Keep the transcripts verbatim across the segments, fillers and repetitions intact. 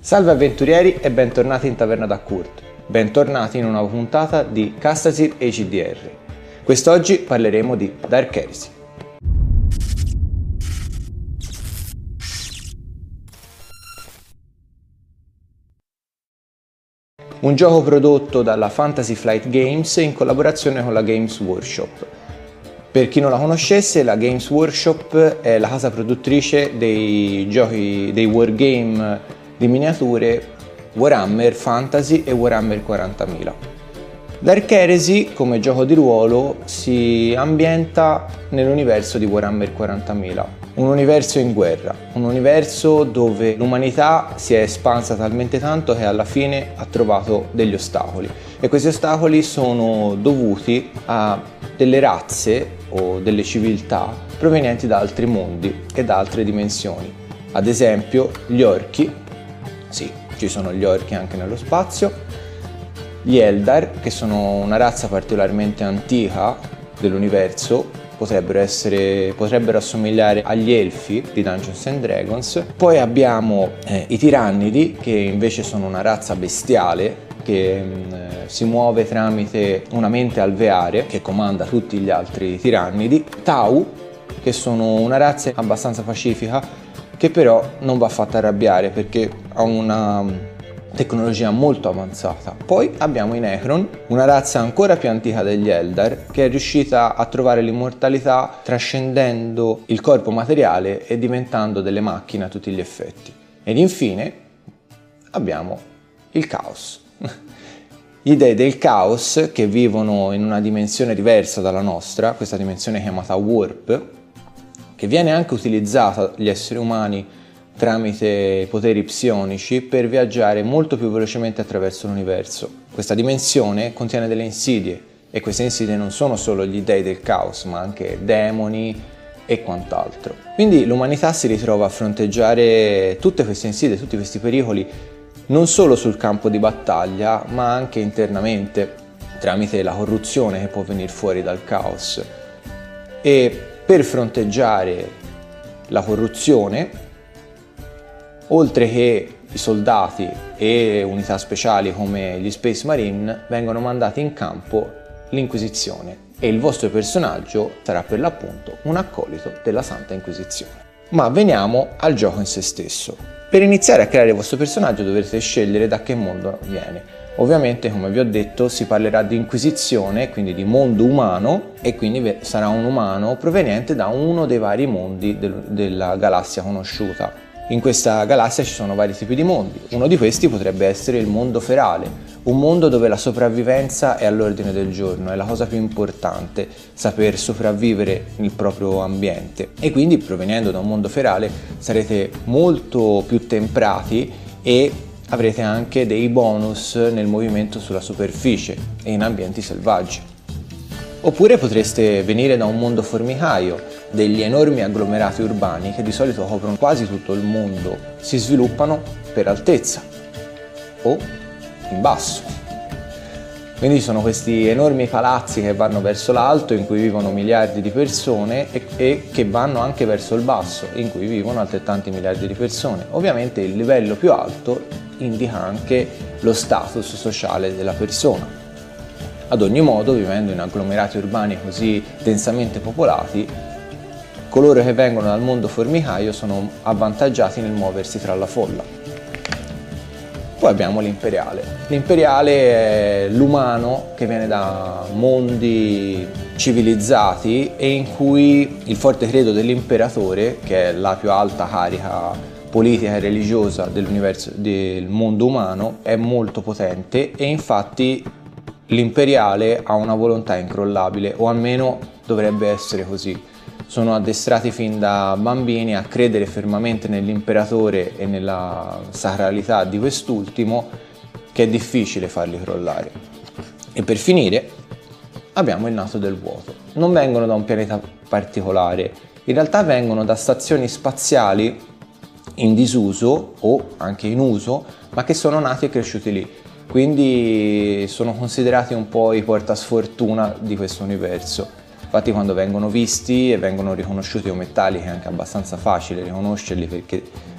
Salve avventurieri e bentornati in Taverna da Kurt. Bentornati in una nuova puntata di Castasir H D R. Quest'oggi parleremo di Dark Heresy. Un gioco prodotto dalla Fantasy Flight Games in collaborazione con la Games Workshop. Per chi non la conoscesse, la Games Workshop è la casa produttrice dei giochi, dei wargame di miniature Warhammer Fantasy e Warhammer quarantamila. Dark Heresy, come gioco di ruolo, si ambienta nell'universo di Warhammer quarantamila, un universo in guerra, un universo dove l'umanità si è espansa talmente tanto che alla fine ha trovato degli ostacoli, e questi ostacoli sono dovuti a delle razze o delle civiltà provenienti da altri mondi e da altre dimensioni. Ad esempio gli orchi. Sì, ci sono gli orchi anche nello spazio, gli Eldar, che sono una razza particolarmente antica dell'universo, potrebbero essere, potrebbero assomigliare agli Elfi di Dungeons and Dragons. Poi abbiamo eh, i Tirannidi, che invece sono una razza bestiale, che mh, si muove tramite una mente alveare che comanda tutti gli altri Tirannidi. Tau, che sono una razza abbastanza pacifica, che però non va fatta arrabbiare perché ha una tecnologia molto avanzata. Poi abbiamo i Necron, una razza ancora più antica degli Eldar, che è riuscita a trovare l'immortalità trascendendo il corpo materiale e diventando delle macchine a tutti gli effetti. Ed infine abbiamo il Caos. Gli dei del Caos, che vivono in una dimensione diversa dalla nostra, questa dimensione chiamata Warp, che viene anche utilizzata dagli esseri umani tramite poteri psionici per viaggiare molto più velocemente attraverso l'universo. Questa dimensione contiene delle insidie, e queste insidie non sono solo gli dei del caos, ma anche demoni e quant'altro. Quindi l'umanità si ritrova a fronteggiare tutte queste insidie, tutti questi pericoli, non solo sul campo di battaglia, ma anche internamente, tramite la corruzione che può venire fuori dal caos. E per fronteggiare la corruzione, oltre che i soldati e unità speciali come gli Space Marine, vengono mandati in campo l'Inquisizione, e il vostro personaggio sarà per l'appunto un accolito della Santa Inquisizione. Ma veniamo al gioco in se stesso. Per iniziare a creare il vostro personaggio dovrete scegliere da che mondo viene. Ovviamente, come vi ho detto, si parlerà di Inquisizione, quindi di mondo umano, e quindi sarà un umano proveniente da uno dei vari mondi del, della galassia conosciuta. In questa galassia ci sono vari tipi di mondi. Uno di questi potrebbe essere il mondo ferale, un mondo dove la sopravvivenza è all'ordine del giorno, è la cosa più importante, saper sopravvivere nel proprio ambiente. E quindi, provenendo da un mondo ferale, sarete molto più temprati e avrete anche dei bonus nel movimento sulla superficie e in ambienti selvaggi. Oppure potreste venire da un mondo formicaio, degli enormi agglomerati urbani che di solito coprono quasi tutto il mondo, si sviluppano per altezza o in basso. Quindi sono questi enormi palazzi che vanno verso l'alto, in cui vivono miliardi di persone, e, e che vanno anche verso il basso, in cui vivono altrettanti miliardi di persone. Ovviamente il livello più alto indica anche lo status sociale della persona. Ad ogni modo, vivendo in agglomerati urbani così densamente popolati, coloro che vengono dal mondo formicaio sono avvantaggiati nel muoversi tra la folla. Poi abbiamo l'imperiale. L'imperiale è l'umano che viene da mondi civilizzati e in cui il forte credo dell'imperatore, che è la più alta carica politica e religiosa dell'universo, del mondo umano, è molto potente, e infatti l'imperiale ha una volontà incrollabile, o almeno dovrebbe essere così. Sono addestrati fin da bambini a credere fermamente nell'imperatore e nella sacralità di quest'ultimo, che è difficile farli crollare. E per finire abbiamo il nato del vuoto. Non vengono da un pianeta particolare, in realtà vengono da stazioni spaziali in disuso o anche in uso, ma che sono nati e cresciuti lì. Quindi sono considerati un po' i portasfortuna di questo universo. Infatti quando vengono visti e vengono riconosciuti come tali, che è anche abbastanza facile riconoscerli perché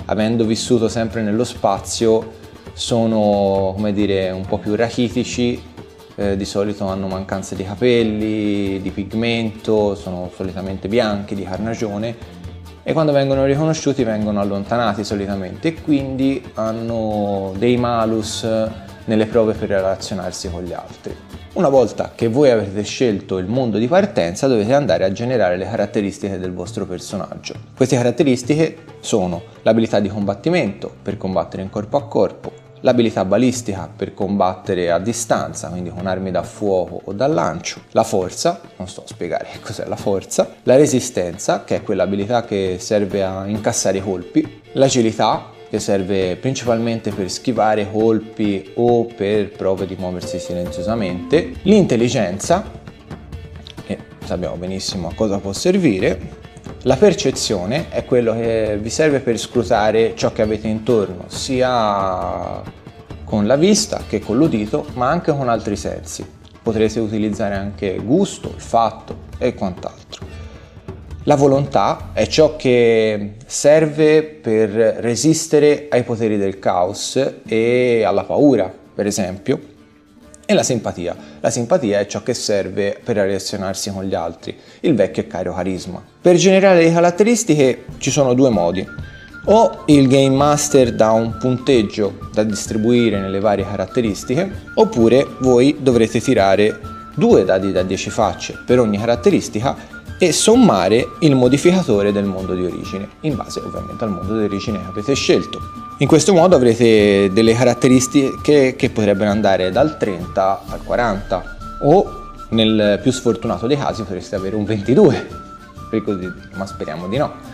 avendo vissuto sempre nello spazio, sono, come dire, un po' più rachitici, eh, di solito hanno mancanza di capelli, di pigmento, sono solitamente bianchi, di carnagione, e quando vengono riconosciuti vengono allontanati solitamente e quindi hanno dei malus nelle prove per relazionarsi con gli altri. Una volta che voi avete scelto il mondo di partenza, dovete andare a generare le caratteristiche del vostro personaggio. Queste caratteristiche sono l'abilità di combattimento per combattere in corpo a corpo, l'abilità balistica per combattere a distanza, quindi con armi da fuoco o da lancio, la forza, non sto a spiegare che cos'è la forza, la resistenza, che è quell'abilità che serve a incassare i colpi, l'agilità, che serve principalmente per schivare colpi o per prove di muoversi silenziosamente, l'intelligenza, che sappiamo benissimo a cosa può servire, la percezione è quello che vi serve per scrutare ciò che avete intorno, sia con la vista che con l'udito, ma anche con altri sensi. Potrete utilizzare anche gusto, olfatto e quant'altro. La volontà è ciò che serve per resistere ai poteri del caos e alla paura, per esempio. E la simpatia. La simpatia è ciò che serve per relazionarsi con gli altri, il vecchio e caro carisma. Per generare le caratteristiche ci sono due modi. O il Game Master dà un punteggio da distribuire nelle varie caratteristiche, oppure voi dovrete tirare due dadi da dieci facce per ogni caratteristica e sommare il modificatore del mondo di origine, in base ovviamente al mondo di origine che avete scelto. In questo modo avrete delle caratteristiche che potrebbero andare dal trenta al quaranta, o nel più sfortunato dei casi potreste avere un ventidue, per così dire, ma speriamo di no.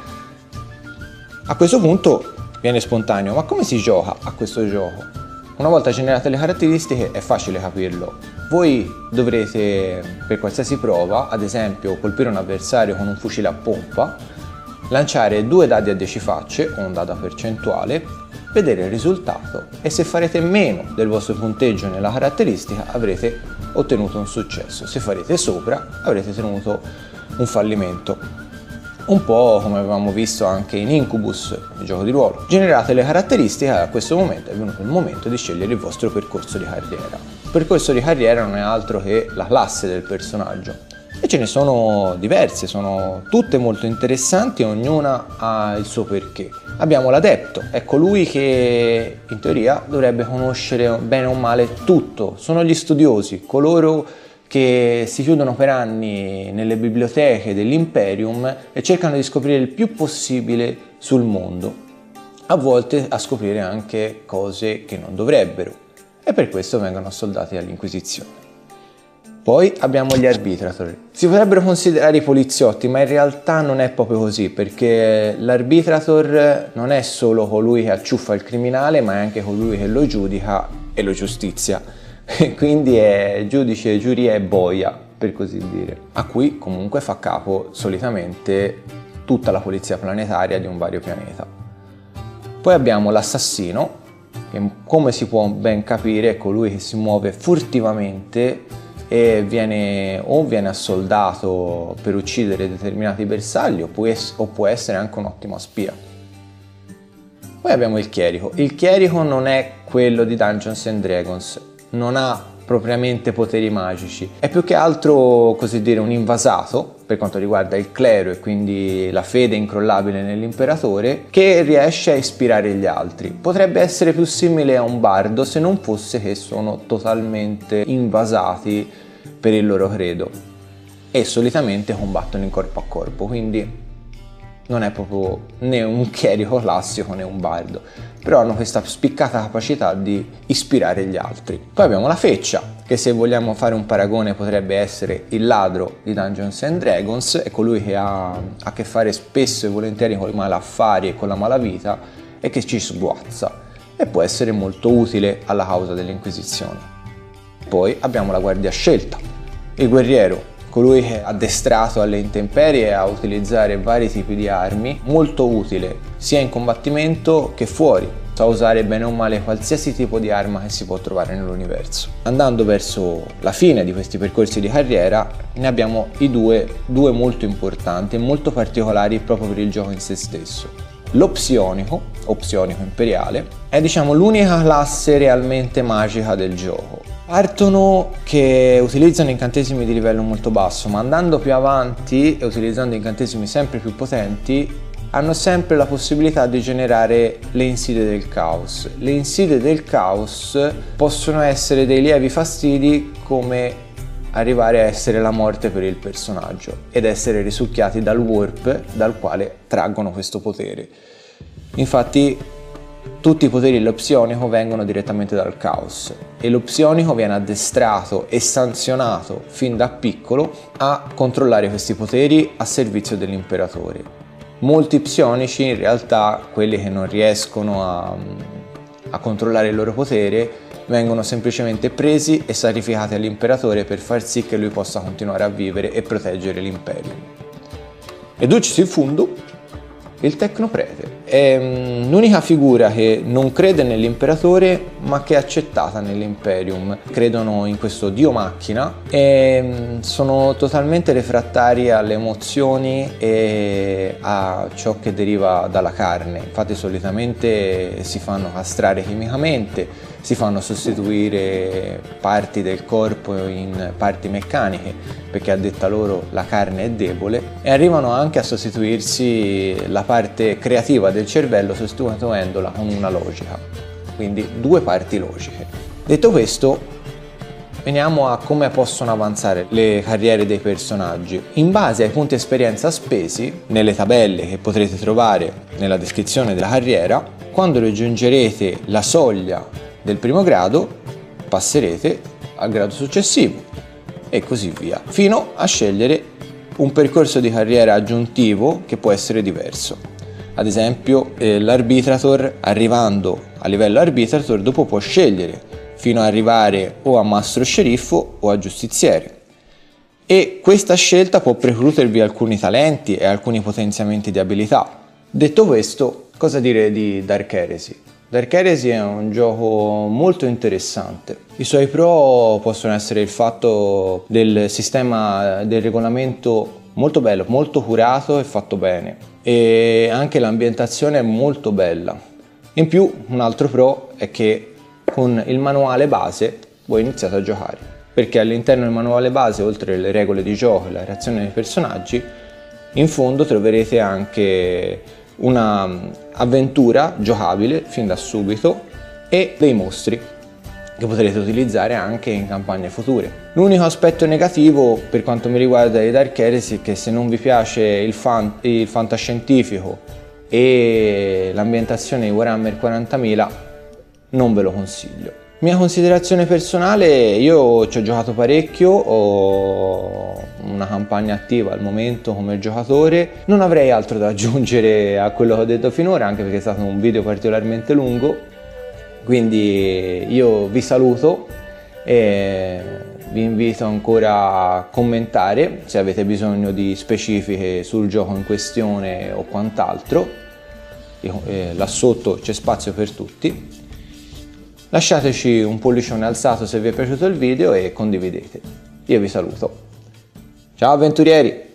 A questo punto viene spontaneo, ma come si gioca a questo gioco? Una volta generate le caratteristiche è facile capirlo. Voi dovrete, per qualsiasi prova, ad esempio colpire un avversario con un fucile a pompa, lanciare due dadi a dieci facce o un dado a percentuale, vedere il risultato e se farete meno del vostro punteggio nella caratteristica avrete ottenuto un successo. Se farete sopra avrete ottenuto un fallimento. Un po' come avevamo visto anche in Incubus, il gioco di ruolo. Generate le caratteristiche e a questo momento è venuto il momento di scegliere il vostro percorso di carriera. Il percorso di carriera non è altro che la classe del personaggio. E ce ne sono diverse, sono tutte molto interessanti e ognuna ha il suo perché. Abbiamo l'adepto, è colui che in teoria dovrebbe conoscere bene o male tutto. Sono gli studiosi, coloro che si chiudono per anni nelle biblioteche dell'Imperium e cercano di scoprire il più possibile sul mondo, a volte a scoprire anche cose che non dovrebbero, e per questo vengono assoldati dall'Inquisizione. Poi abbiamo gli Arbitrator. Si potrebbero considerare i poliziotti, ma in realtà non è proprio così, perché l'Arbitrator non è solo colui che acciuffa il criminale, ma è anche colui che lo giudica e lo giustizia. Quindi è giudice, giuria e boia, per così dire, a cui comunque fa capo solitamente tutta la polizia planetaria di un vario pianeta. Poi abbiamo l'assassino, che come si può ben capire è colui che si muove furtivamente e viene o viene assoldato per uccidere determinati bersagli o può, es- o può essere anche un ottimo spia. Poi abbiamo il chierico. Il chierico non è quello di Dungeons and Dragons, non ha propriamente poteri magici, è più che altro, così dire, un invasato per quanto riguarda il clero e quindi la fede incrollabile nell'imperatore, che riesce a ispirare gli altri. Potrebbe essere più simile a un bardo se non fosse che sono totalmente invasati per il loro credo e solitamente combattono in corpo a corpo, quindi non è proprio né un chierico classico né un bardo, però hanno questa spiccata capacità di ispirare gli altri. Poi abbiamo la feccia, che se vogliamo fare un paragone potrebbe essere il ladro di Dungeons and Dragons, è colui che ha a che fare spesso e volentieri con i malaffari e con la malavita e che ci sguazza e può essere molto utile alla causa dell'Inquisizione. Poi abbiamo la guardia scelta, il guerriero, colui che è addestrato alle intemperie a utilizzare vari tipi di armi, molto utile sia in combattimento che fuori, sa usare bene o male qualsiasi tipo di arma che si può trovare nell'universo. Andando verso la fine di questi percorsi di carriera ne abbiamo i due, due molto importanti e molto particolari proprio per il gioco in se stesso. Lo psionico, o psionico imperiale, è diciamo l'unica classe realmente magica del gioco. Partono che utilizzano incantesimi di livello molto basso, ma andando più avanti e utilizzando incantesimi sempre più potenti, hanno sempre la possibilità di generare le insidie del caos. Le insidie del caos possono essere dei lievi fastidi, come arrivare a essere la morte per il personaggio ed essere risucchiati dal warp dal quale traggono questo potere. Infatti tutti i poteri dello psionico vengono direttamente dal caos e lo psionico viene addestrato e sanzionato fin da piccolo a controllare questi poteri a servizio dell'imperatore. Molti psionici, in realtà quelli che non riescono a, a controllare il loro potere, vengono semplicemente presi e sacrificati all'imperatore per far sì che lui possa continuare a vivere e proteggere l'impero. E dulcis in fundo, il Tecnoprete è l'unica figura che non crede nell'imperatore ma che è accettata nell'Imperium. Credono in questo dio macchina e sono totalmente refrattari alle emozioni e a ciò che deriva dalla carne. Infatti solitamente si fanno castrare chimicamente, si fanno sostituire parti del corpo in parti meccaniche perché a detta loro la carne è debole, e arrivano anche a sostituirsi la parte creativa del cervello sostituendola con una logica, quindi due parti logiche. Detto questo, veniamo a come possono avanzare le carriere dei personaggi. In base ai punti esperienza spesi nelle tabelle che potrete trovare nella descrizione della carriera, quando raggiungerete la soglia del primo grado passerete al grado successivo e così via, fino a scegliere un percorso di carriera aggiuntivo che può essere diverso. Ad esempio eh, l'Arbitrator, arrivando a livello Arbitrator, dopo può scegliere fino ad arrivare o a Mastro Sceriffo o a Giustiziere, e questa scelta può precludervi alcuni talenti e alcuni potenziamenti di abilità. Detto questo, cosa dire di Dark Heresy? Dark Heresy è un gioco molto interessante. I suoi pro possono essere il fatto del sistema del regolamento molto bello, molto curato e fatto bene, e anche l'ambientazione è molto bella. In più, un altro pro è che con il manuale base voi iniziate a giocare, perché all'interno del manuale base, oltre alle regole di gioco e la reazione dei personaggi, in fondo troverete anche una avventura giocabile fin da subito e dei mostri che potrete utilizzare anche in campagne future. L'unico aspetto negativo per quanto mi riguarda di Dark Heresy è che se non vi piace il, fan, il fantascientifico e l'ambientazione di Warhammer quarantamila, non ve lo consiglio. Mia considerazione personale: io ci ho giocato parecchio, ho una campagna attiva al momento come giocatore, non avrei altro da aggiungere a quello che ho detto finora, anche perché è stato un video particolarmente lungo, quindi io vi saluto e vi invito ancora a commentare se avete bisogno di specifiche sul gioco in questione o quant'altro. Là sotto c'è spazio per tutti. Lasciateci un pollicione alzato se vi è piaciuto il video e condividete. Io vi saluto. Ciao avventurieri!